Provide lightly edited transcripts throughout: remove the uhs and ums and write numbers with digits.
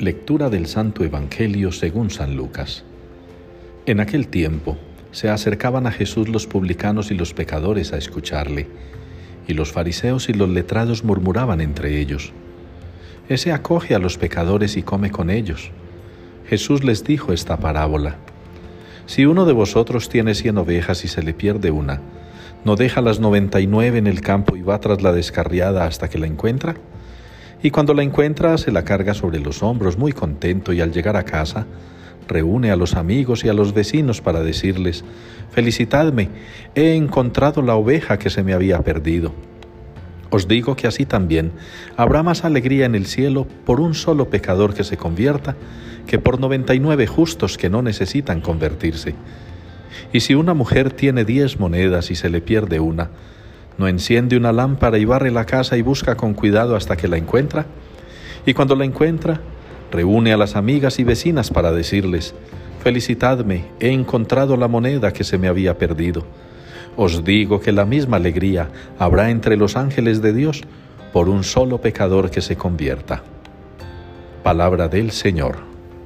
Lectura del Santo Evangelio según San Lucas. En aquel tiempo se acercaban a Jesús los publicanos y los pecadores a escucharle, y los fariseos y los letrados murmuraban entre ellos: «Ese acoge a los pecadores y come con ellos». Jesús les dijo esta parábola: «Si uno de vosotros tiene 100 ovejas y se le pierde una, ¿no deja las 99 en el campo y va tras la descarriada hasta que la encuentra? Y cuando la encuentra, se la carga sobre los hombros muy contento, y al llegar a casa, reúne a los amigos y a los vecinos para decirles: «Felicitadme, he encontrado la oveja que se me había perdido». Os digo que así también habrá más alegría en el cielo por un solo pecador que se convierta que por 99 justos que no necesitan convertirse. Y si una mujer tiene 10 monedas y se le pierde una, ¿no enciende una lámpara y barre la casa y busca con cuidado hasta que la encuentra? Y cuando la encuentra, reúne a las amigas y vecinas para decirles: «Felicitadme, he encontrado la moneda que se me había perdido». Os digo que la misma alegría habrá entre los ángeles de Dios por un solo pecador que se convierta. Palabra del Señor.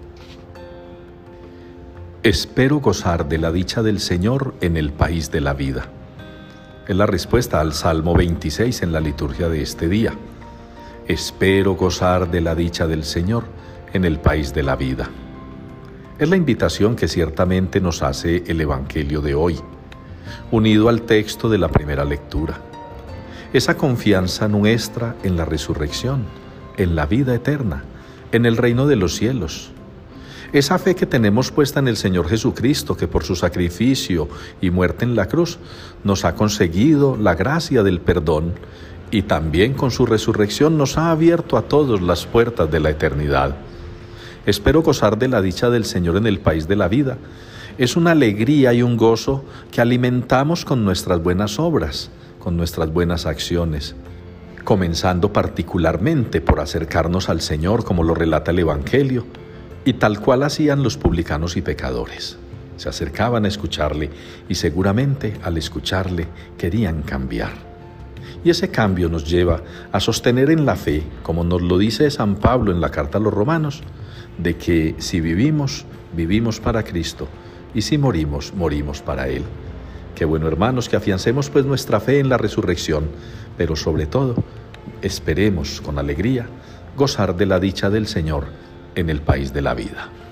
Espero gozar de la dicha del Señor en el país de la vida. Es la respuesta al Salmo 26 en la liturgia de este día. Espero gozar de la dicha del Señor en el país de la vida. Es la invitación que ciertamente nos hace el Evangelio de hoy, unido al texto de la primera lectura. Esa confianza nuestra en la resurrección, en la vida eterna, en el reino de los cielos. Esa fe que tenemos puesta en el Señor Jesucristo, que por su sacrificio y muerte en la cruz nos ha conseguido la gracia del perdón, y también con su resurrección nos ha abierto a todos las puertas de la eternidad. Espero gozar de la dicha del Señor en el país de la vida. Es una alegría y un gozo que alimentamos con nuestras buenas obras, con nuestras buenas acciones, comenzando particularmente por acercarnos al Señor, como lo relata el Evangelio, y tal cual hacían los publicanos y pecadores. Se acercaban a escucharle y seguramente al escucharle querían cambiar. Y ese cambio nos lleva a sostener en la fe, como nos lo dice San Pablo en la carta a los Romanos, de que si vivimos, vivimos para Cristo, y si morimos, morimos para Él. Qué bueno, hermanos, que afiancemos pues nuestra fe en la resurrección, pero sobre todo, esperemos con alegría gozar de la dicha del Señor en el país de la vida.